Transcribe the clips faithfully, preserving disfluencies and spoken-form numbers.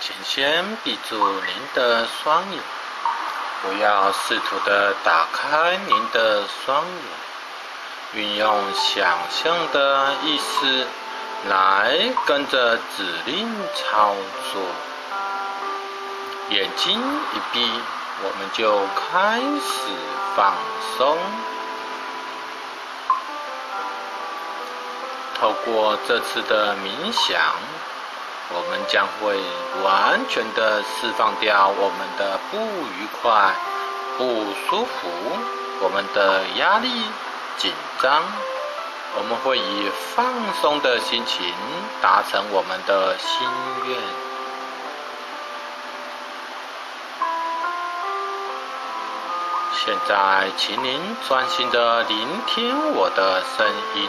请先闭住您的双眼，不要试图的打开您的双眼，运用想象的意识来跟着指令操作。眼睛一闭，我们就开始放松。透过这次的冥想，我们将会完全的释放掉我们的不愉快、不舒服，我们的压力、紧张。我们会以放松的心情达成我们的心愿。现在，请您专心的聆听我的声音。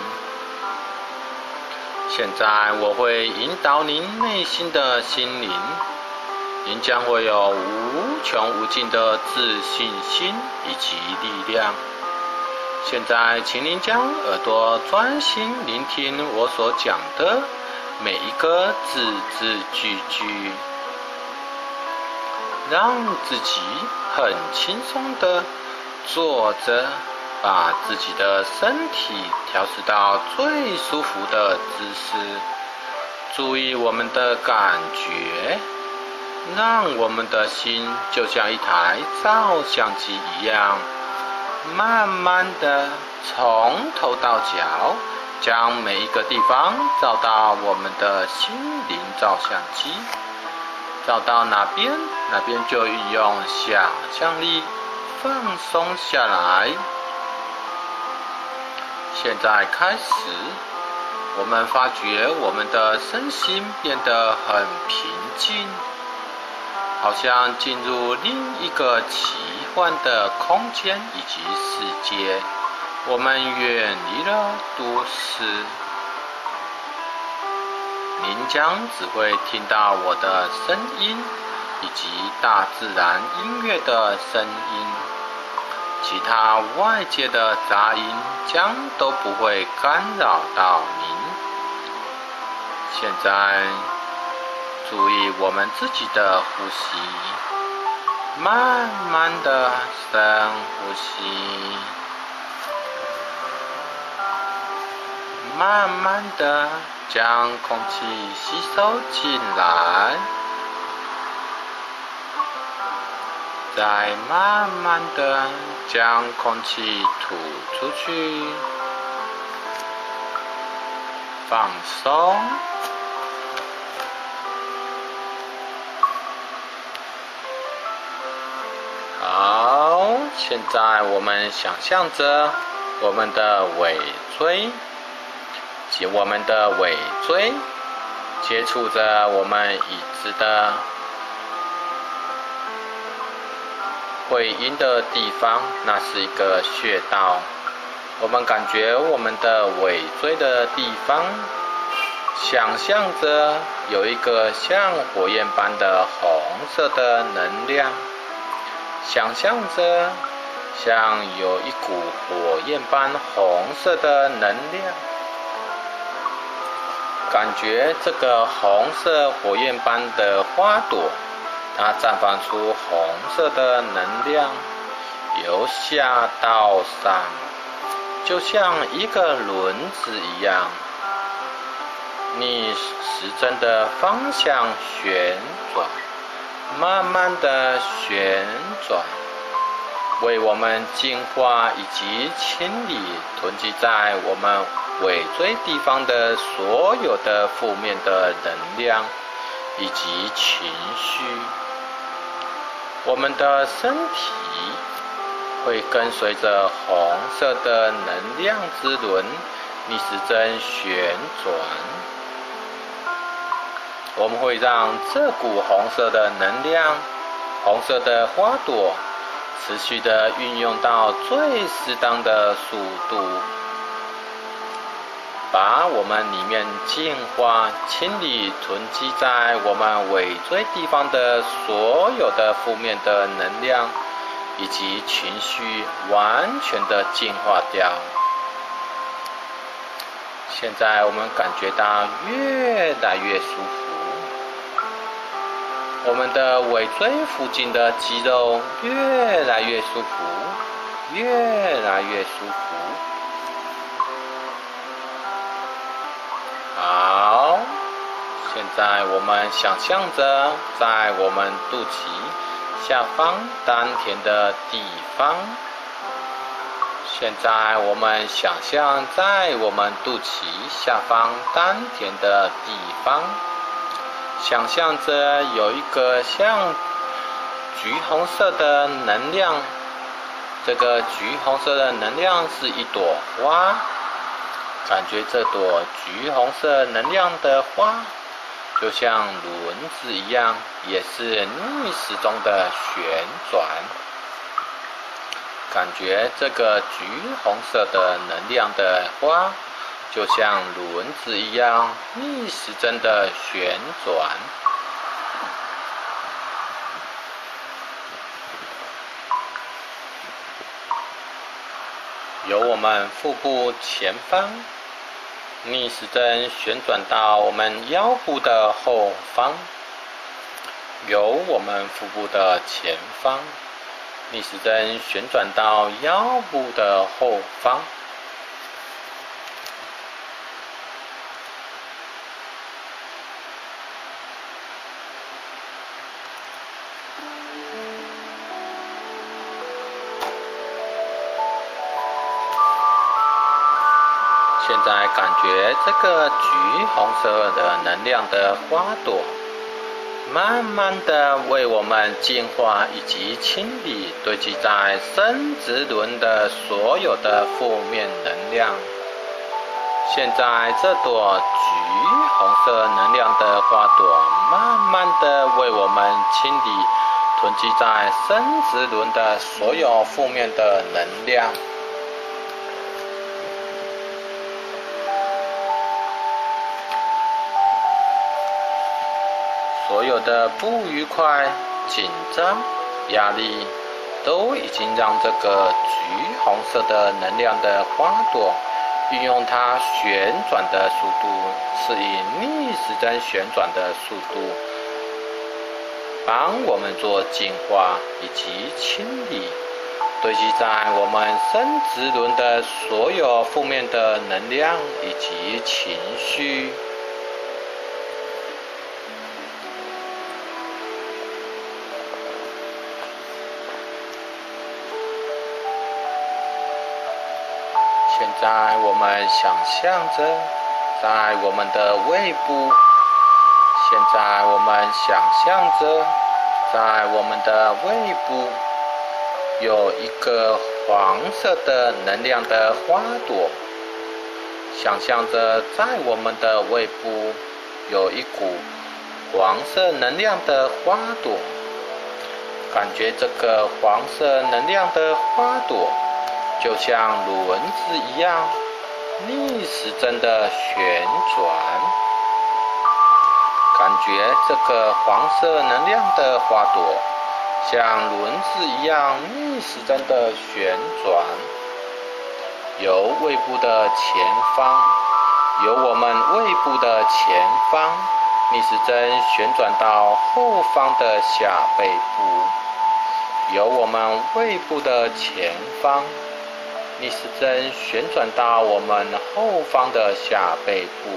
现在我会引导您内心的心灵，您将会有无穷无尽的自信心以及力量。现在请您将耳朵专心聆听我所讲的每一个字字句句，让自己很轻松的坐着，把自己的身体调试到最舒服的姿势，注意我们的感觉，让我们的心就像一台照相机一样，慢慢的从头到脚，将每一个地方照到我们的心灵照相机，照到哪边，哪边就运用想象力放松下来。现在开始，我们发觉我们的身心变得很平静，好像进入另一个奇幻的空间以及世界。我们远离了都市，您将只会听到我的声音以及大自然音乐的声音，其他外界的杂音将都不会干扰到您。现在注意我们自己的呼吸，慢慢的深呼吸，慢慢的将空气吸收进来，再慢慢的将空气吐出去，放松。好，现在我们想象着我们的尾椎及我们的尾椎接触着我们椅子的会阴的地方，那是一个穴道。我们感觉我们的尾椎的地方，想象着有一个像火焰般的红色的能量，想象着像有一股火焰般红色的能量，感觉这个红色火焰般的花朵，它绽放出红色的能量，由下到上，就像一个轮子一样，逆时针的方向旋转，慢慢的旋转，为我们净化以及清理囤积在我们尾椎地方的所有的负面的能量以及情绪。我们的身体会跟随着红色的能量之轮逆时针旋转，我们会让这股红色的能量、红色的花朵持续的运用到最适当的速度，把我们里面净化、清理囤积在我们尾椎地方的所有的负面的能量以及情绪完全的净化掉。现在我们感觉到越来越舒服， 我们的尾椎附近的肌肉越来越舒服，越来越舒服。好，现在我们想象着在我们肚脐下方丹田的地方。现在我们想象在我们肚脐下方丹田的地方，想象着有一个像橘红色的能量，这个橘红色的能量是一朵花，感觉这朵橘红色能量的花就像轮子一样，也是逆时钟的旋转。感觉这个橘红色的能量的花就像轮子一样逆时针的旋转。由我们腹部前方逆时针旋转到我们腰部的后方，由我们腹部的前方逆时针旋转到腰部的后方。现在感觉这个橘红色的能量的花朵慢慢的为我们净化以及清理堆积在生殖轮的所有的负面能量。现在这朵橘红色能量的花朵慢慢的为我们清理囤积在生殖轮的所有负面的能量。所有的不愉快、紧张、压力，都已经让这个橘红色的能量的花朵运用它旋转的速度，是以逆时针旋转的速度，帮我们做净化以及清理堆积在我们生殖轮的所有负面的能量以及情绪。现在我们想象着在我们的胃部，现在我们想象着在我们的胃部有一个黄色的能量的花朵，想象着在我们的胃部有一股黄色能量的花朵，感觉这个黄色能量的花朵就像轮子一样逆时针的旋转，感觉这个黄色能量的花朵像轮子一样逆时针的旋转，由胃部的前方，由我们胃部的前方逆时针旋转到后方的下背部，由我们胃部的前方逆时针旋转到我们后方的下背部。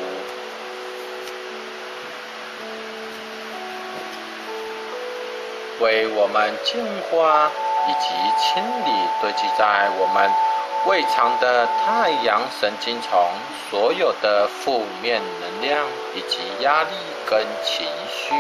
为我们净化以及清理堆积在我们胃肠的太阳神经丛所有的负面能量以及压力跟情绪。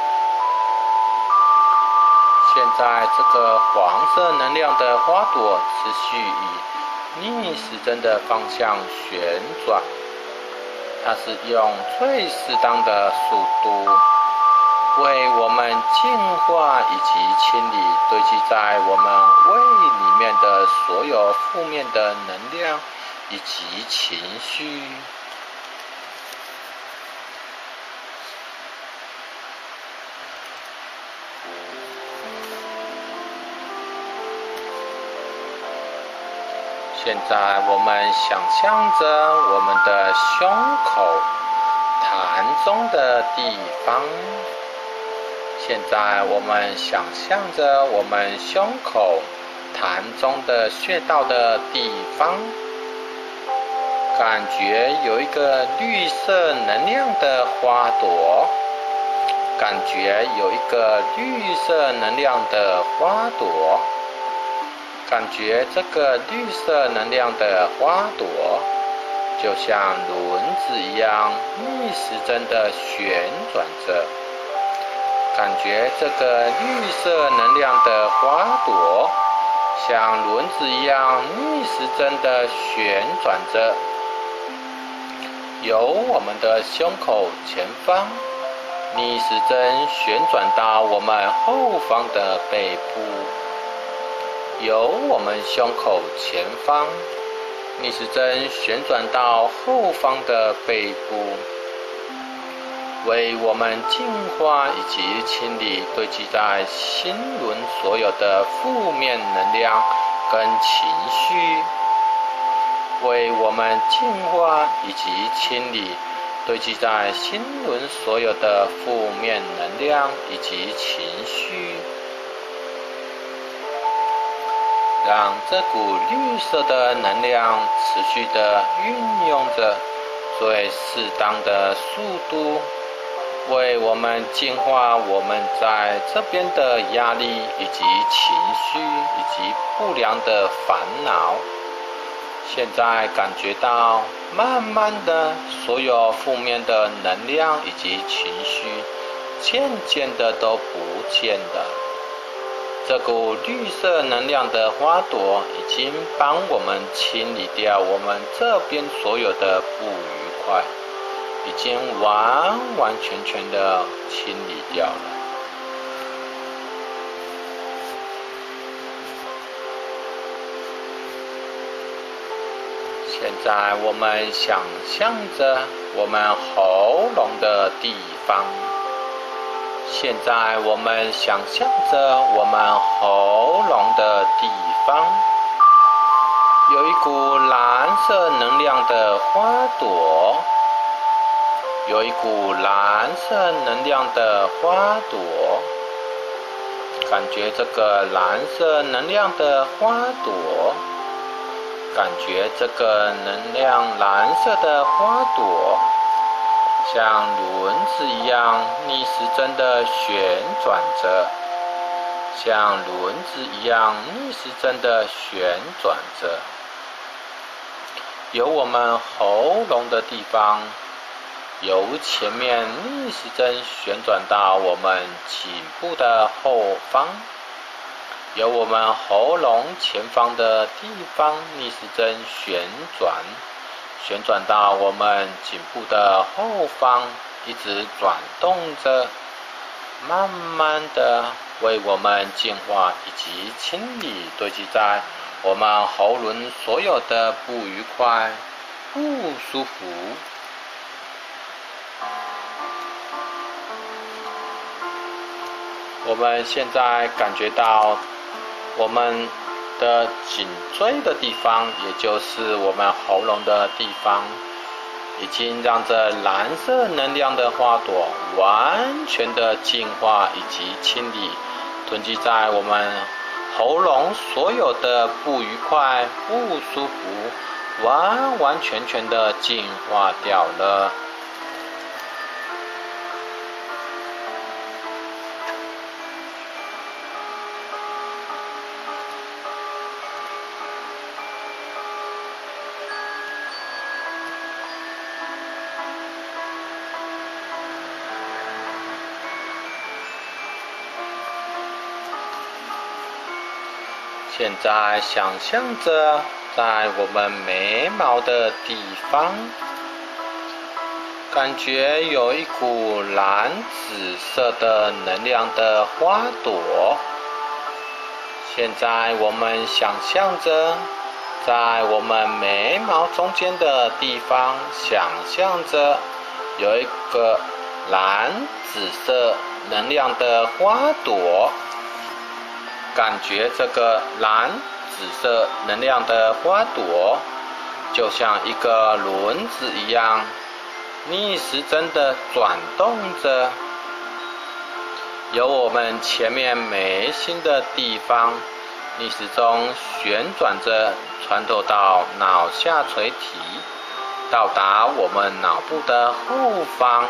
现在这个黄色能量的花朵持续以逆时针的方向旋转，它是用最适当的速度为我们净化以及清理堆积在我们胃里面的所有负面的能量以及情绪。现在我们想象着我们的胸口膻中的地方， 现在我们想象着我们胸口膻中的穴道的地方，感觉有一个绿色能量的花朵，感觉有一个绿色能量的花朵，感觉这个绿色能量的花朵就像轮子一样逆时针的旋转着，感觉这个绿色能量的花朵像轮子一样逆时针的旋转着，由我们的胸口前方逆时针旋转到我们后方的背部，由我们胸口前方逆时针旋转到后方的背部，为我们净化以及清理堆积在心轮所有的负面能量跟情绪，为我们净化以及清理堆积在心轮所有的负面能量以及情绪，让这股绿色的能量持续的运用着最适当的速度，为我们净化我们在这边的压力以及情绪以及不良的烦恼。现在感觉到慢慢的所有负面的能量以及情绪渐渐的都不见了，这股绿色能量的花朵已经帮我们清理掉我们这边所有的不愉快，已经完完全全的清理掉了。现在我们想象着我们喉咙的地方，现在我们想象着我们喉咙的地方有一股蓝色能量的花朵，有一股蓝色能量的花朵，感觉这个蓝色能量的花朵，感觉这个能量蓝色的花朵像轮子一样逆时针的旋转着，像轮子一样逆时针的旋转着，由我们喉咙的地方由前面逆时针旋转到我们颈部的后方，由我们喉咙前方的地方逆时针旋转，旋转到我们颈部的后方，一直转动着，慢慢的为我们净化以及清理堆积在我们喉轮所有的不愉快、不舒服。我们现在感觉到我们的颈椎的地方，也就是我们喉咙的地方，已经让这蓝色能量的花朵完全的净化以及清理囤积在我们喉咙所有的不愉快、不舒服，完完全全的净化掉了。现在想象着在我们眉毛的地方，感觉有一股蓝紫色的能量的花朵。现在我们想象着在我们眉毛中间的地方，想象着有一个蓝紫色能量的花朵，感觉这个蓝紫色能量的花朵就像一个轮子一样逆时针的转动着， 由我们前面眉心的地方逆时钟旋转着穿透到脑下垂体，到达我们脑部的后方。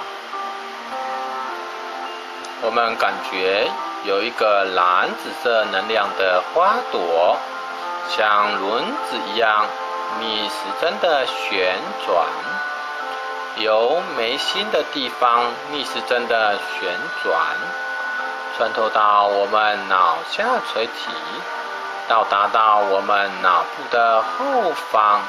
我们感觉有一个蓝紫色能量的花朵，像轮子一样逆时针的旋转，由眉心的地方逆时针的旋转，穿透到我们脑下垂体，到达到我们脑部的后方，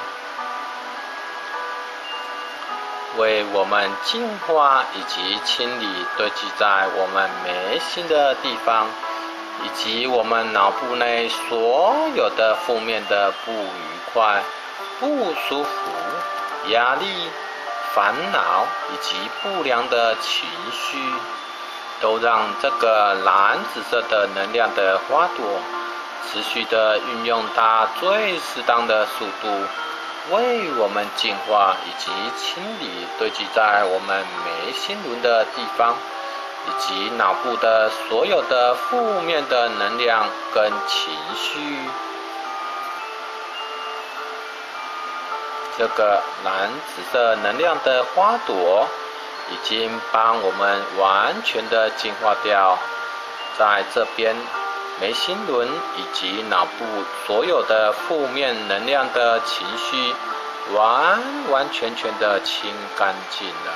为我们净化以及清理堆积在我们眉心的地方，以及我们脑部内所有的负面的不愉快、不舒服、压力、烦恼以及不良的情绪，都让这个蓝紫色的能量的花朵持续的运用它最适当的速度，为我们净化以及清理堆积在我们眉心轮的地方，以及脑部的所有的负面的能量跟情绪。这个蓝紫色能量的花朵已经帮我们完全的净化掉在这边眉心轮以及脑部所有的负面能量的情绪，完完全全的清干净了。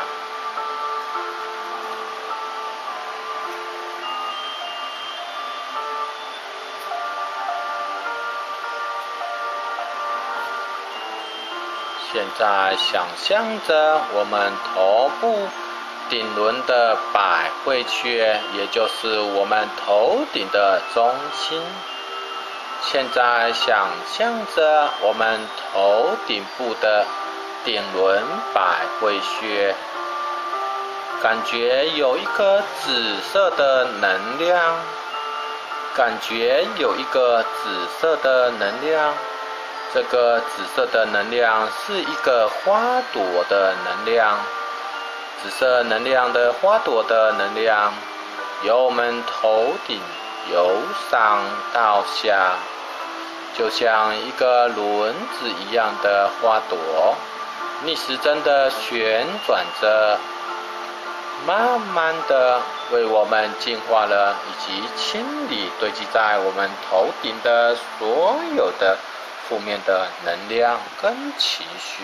现在想象着我们头部顶轮的百会穴，也就是我们头顶的中心。现在想象着我们头顶部的顶轮百会穴，感觉有一颗紫色的能量，感觉有一个紫色的能量。这个紫色的能量是一个花朵的能量，紫色能量的花朵的能量由我们头顶由上到下，就像一个轮子一样的花朵，逆时针的旋转着，慢慢的为我们净化了以及清理堆积在我们头顶的所有的负面的能量跟情绪。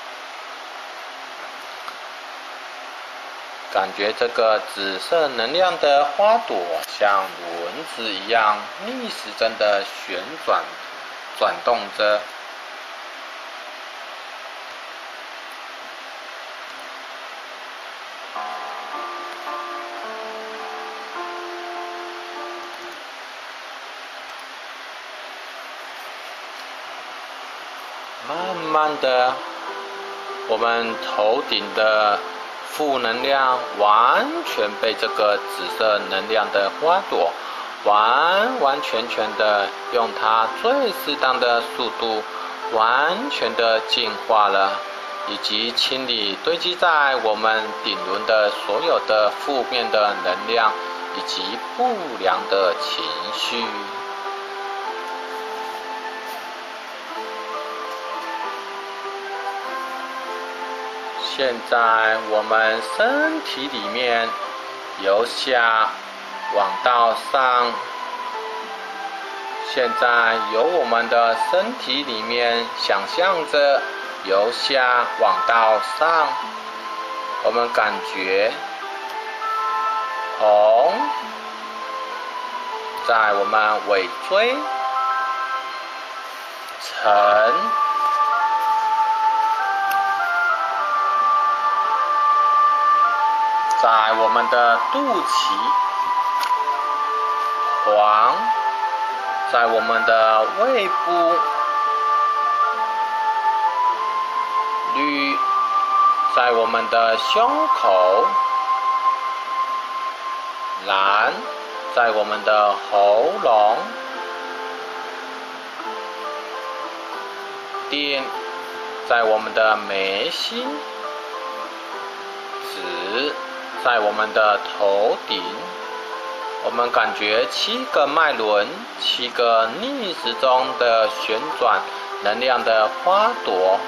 感觉这个紫色能量的花朵像轮子一样逆时针的旋转转动着，慢慢的我们头顶的负能量完全被这个紫色能量的花朵完完全全的用它最适当的速度完全的净化了，以及清理堆积在我们顶轮的所有的负面的能量以及不良的情绪。现在我们身体里面由下往到上，现在由我们的身体里面想象着由下往到上，我们感觉红在我们尾椎，橙在我们的肚脐，黄在我们的胃部，绿在我们的胸口，蓝在我们的喉咙，靛在我们的眉心，紫在我们的头顶。 我们感觉七个脉轮，七个逆时钟的旋转能量的花朵，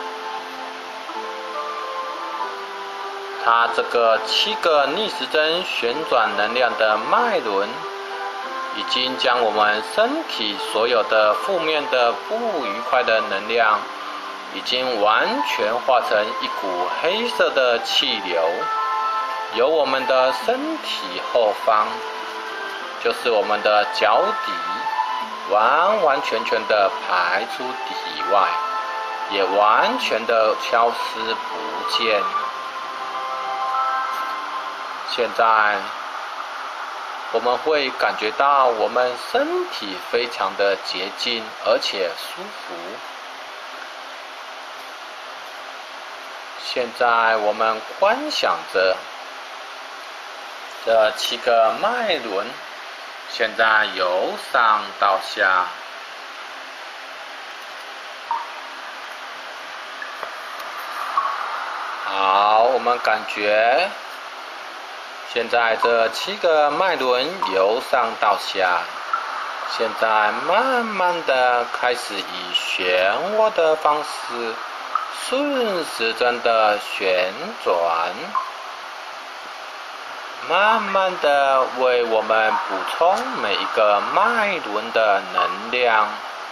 它这个七个逆时针旋转能量的脉轮，已经将我们身体所有的负面的不愉快的能量，已经完全化成一股黑色的气流，由我们的身体后方，就是我们的脚底，完完全全的排出体外，也完全的消失不见。现在我们会感觉到我们身体非常的洁净，而且舒服。现在我们观想着这七个脉轮，现在由上到下，好，我们感觉现在这七个脉轮由上到下，现在慢慢的开始以漩涡的方式顺时针的旋转，慢慢的为我们补充每一个脉轮的能量。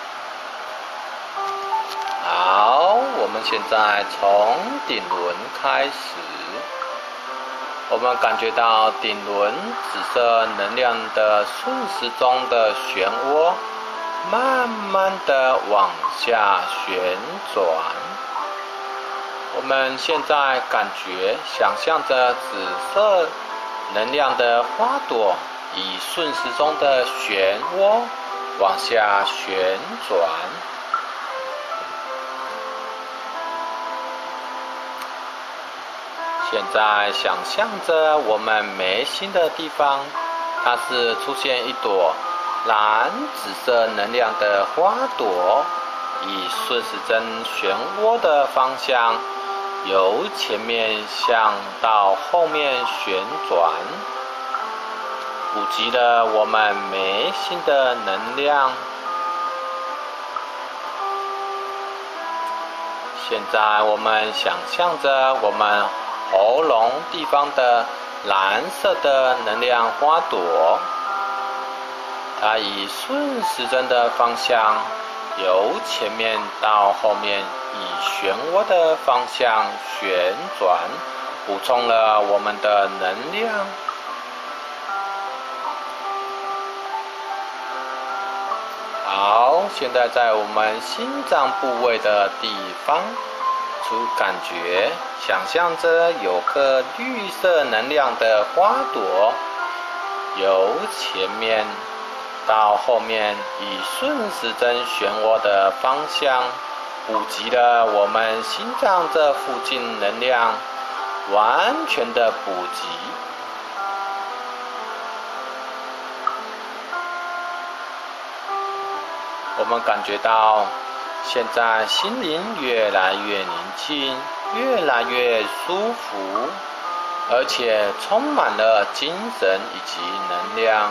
好，我们现在从顶轮开始，我们感觉到顶轮紫色能量的顺时钟的漩涡，慢慢的往下旋转。我们现在感觉想象着紫色能量的花朵以顺时钟的漩涡往下旋转。现在想象着我们眉心的地方，它是出现一朵蓝紫色能量的花朵，以顺时针漩涡的方向，由前面向到后面旋转，补给了我们眉心的能量。现在我们想象着我们喉咙地方的蓝色的能量花朵，它以顺时针的方向，由前面到后面以漩涡的方向旋转，补充了我们的能量。好，现在在我们心脏部位的地方，出感觉，想象着有颗绿色能量的花朵，由前面到后面以顺时针漩涡的方向，补给了我们心脏这附近能量，完全的补给。我们感觉到现在心灵越来越宁静，越来越舒服，而且充满了精神以及能量。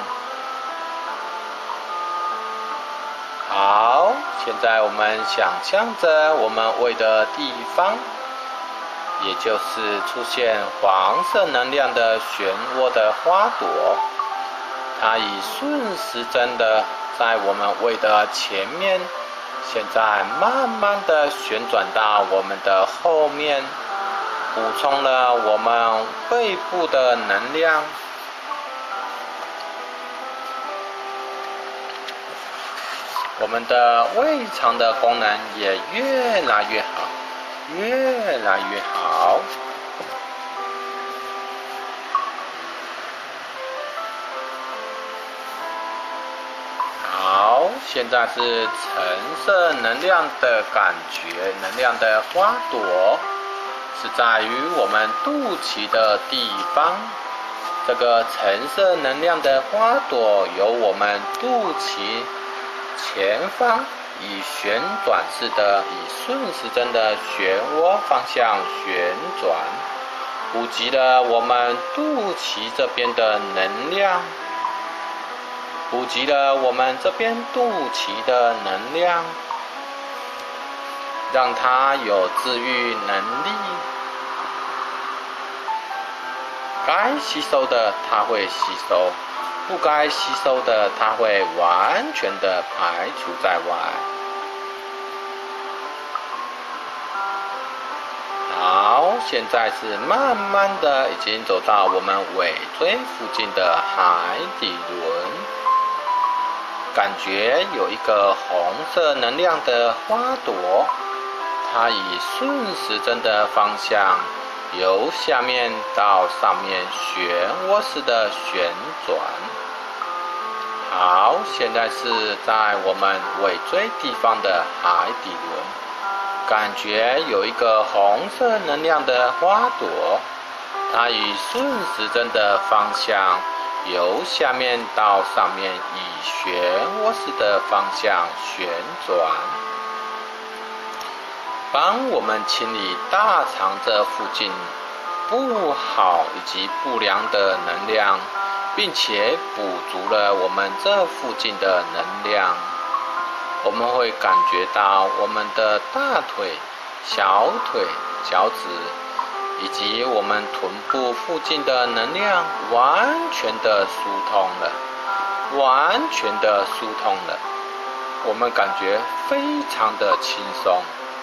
好，现在我们想象着我们胃的地方，也就是出现黄色能量的漩涡的花朵，它以顺时针的在我们胃的前面，现在慢慢的旋转到我们的后面，补充了我们背部的能量。我们的胃肠的功能也越来越好，越来越好。好，现在是橙色能量的感觉，能量的花朵是在于我们肚脐的地方。这个橙色能量的花朵由我们肚脐前方以旋转式的以顺时针的漩涡方向旋转，补给了我们肚脐这边的能量。 普及了我们这边肚脐的能量，让它有治愈能力。该吸收的它会吸收，不该吸收的它会完全的排除在外。好，现在是慢慢的已经走到我们尾椎附近的海底轮，感觉有一个红色能量的花朵，它以顺时针的方向由下面到上面漩涡式的旋转。好，现在是在我们尾椎地方的海底轮，感觉有一个红色能量的花朵，它以顺时针的方向由下面到上面以漩涡式的方向旋转，帮我们清理大肠这附近不好以及不良的能量，并且补足了我们这附近的能量。我们会感觉到我们的大腿、小腿、脚趾以及我们臀部附近的能量完全的疏通了，完全的疏通了。我们感觉非常的轻松。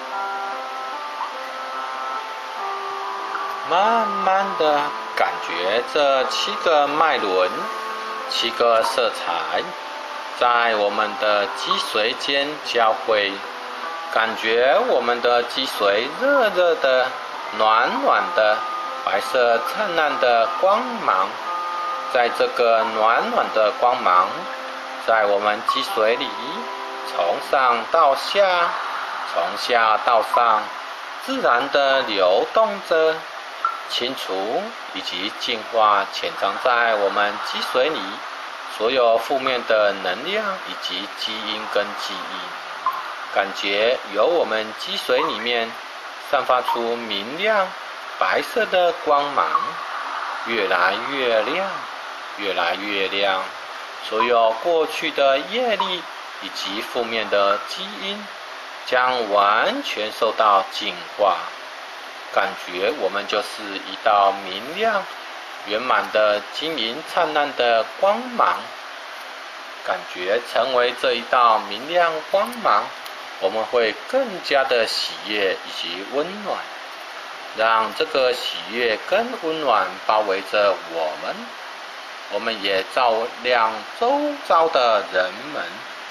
慢慢的感觉这七个脉轮、七个色彩在我们的脊髓间交汇，感觉我们的脊髓热热的、暖暖的、白色灿烂的光芒。在这个暖暖的光芒，在我们脊髓里，从上到下，从下到上，自然的流动着，清除以及净化潜藏在我们脊髓里所有负面的能量以及基因跟记忆，感觉由我们脊髓里面散发出明亮白色的光芒，越来越亮，越来越亮。所有过去的业力以及负面的基因将完全受到净化，感觉我们就是一道明亮圆满的晶莹灿烂的光芒，感觉成为这一道明亮光芒，我们会更加的喜悦以及温暖，让这个喜悦跟温暖包围着我们，我们也照亮周遭的人们。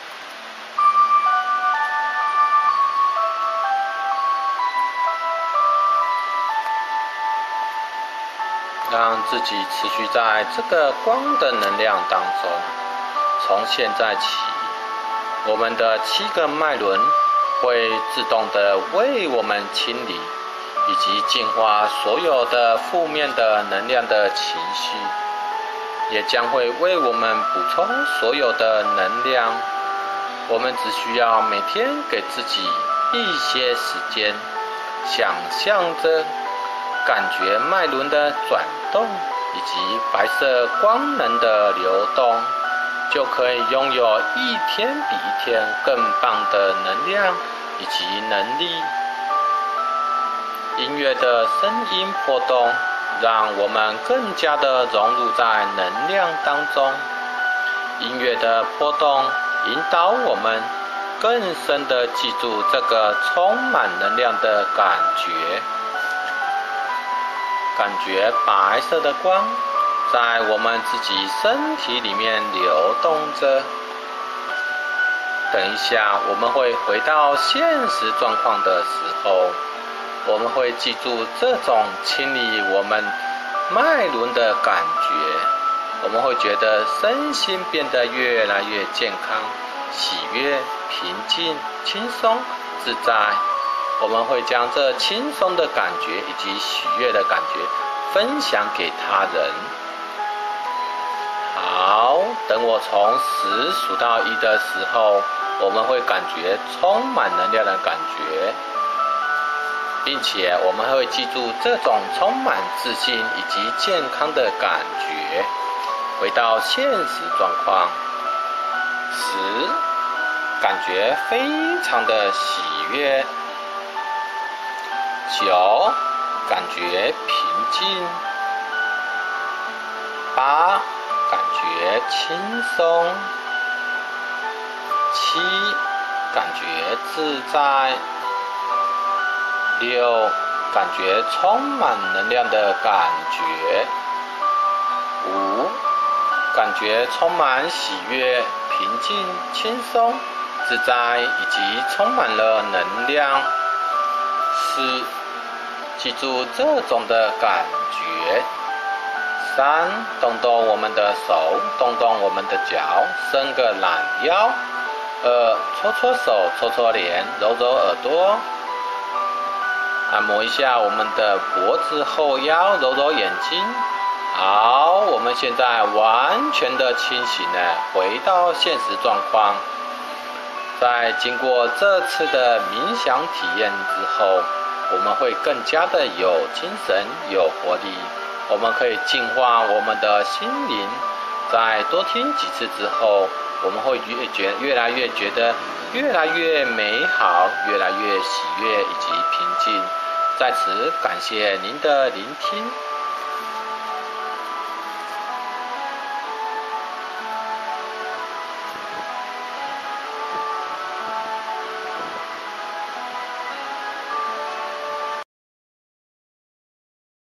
让自己持续在这个光的能量当中。从现在起，我们的七个脉轮会自动的为我们清理以及净化所有的负面的能量的情绪，也将会为我们补充所有的能量。我们只需要每天给自己一些时间，想象着感觉脉轮的转动以及白色光能的流动，就可以拥有一天比一天更棒的能量以及能力。音乐的声音波动，让我们更加的融入在能量当中。音乐的波动引导我们更深的记住这个充满能量的感觉。感觉白色的光在我们自己身体里面流动着。等一下我们会回到现实状况的时候，我们会记住这种清理我们脉轮的感觉，我们会觉得身心变得越来越健康、喜悦、平静、轻松、自在。我们会将这轻松的感觉以及喜悦的感觉分享给他人。好，等我从十数到一的时候，我们会感觉充满能量的感觉，并且我们会记住这种充满自信以及健康的感觉。回到现实状况， 十，感觉非常的喜悦。九，感觉平静。八，感觉轻松。七，感觉自在。六，感觉充满能量的感觉。五，感觉充满喜悦、平静、轻松、自在，以及充满了能量。四，记住这种的感觉。三，动动我们的手，动动我们的脚，伸个懒腰。二，搓搓手，搓搓脸，揉揉耳朵。按摩一下我们的脖子后腰，揉揉眼睛。好，我们现在完全的清醒了，回到现实状况。在经过这次的冥想体验之后，我们会更加的有精神、有活力。我们可以净化我们的心灵。在多听几次之后，我们会越觉越来越觉得越来越美好，越来越喜悦以及平静。在此感谢您的聆听。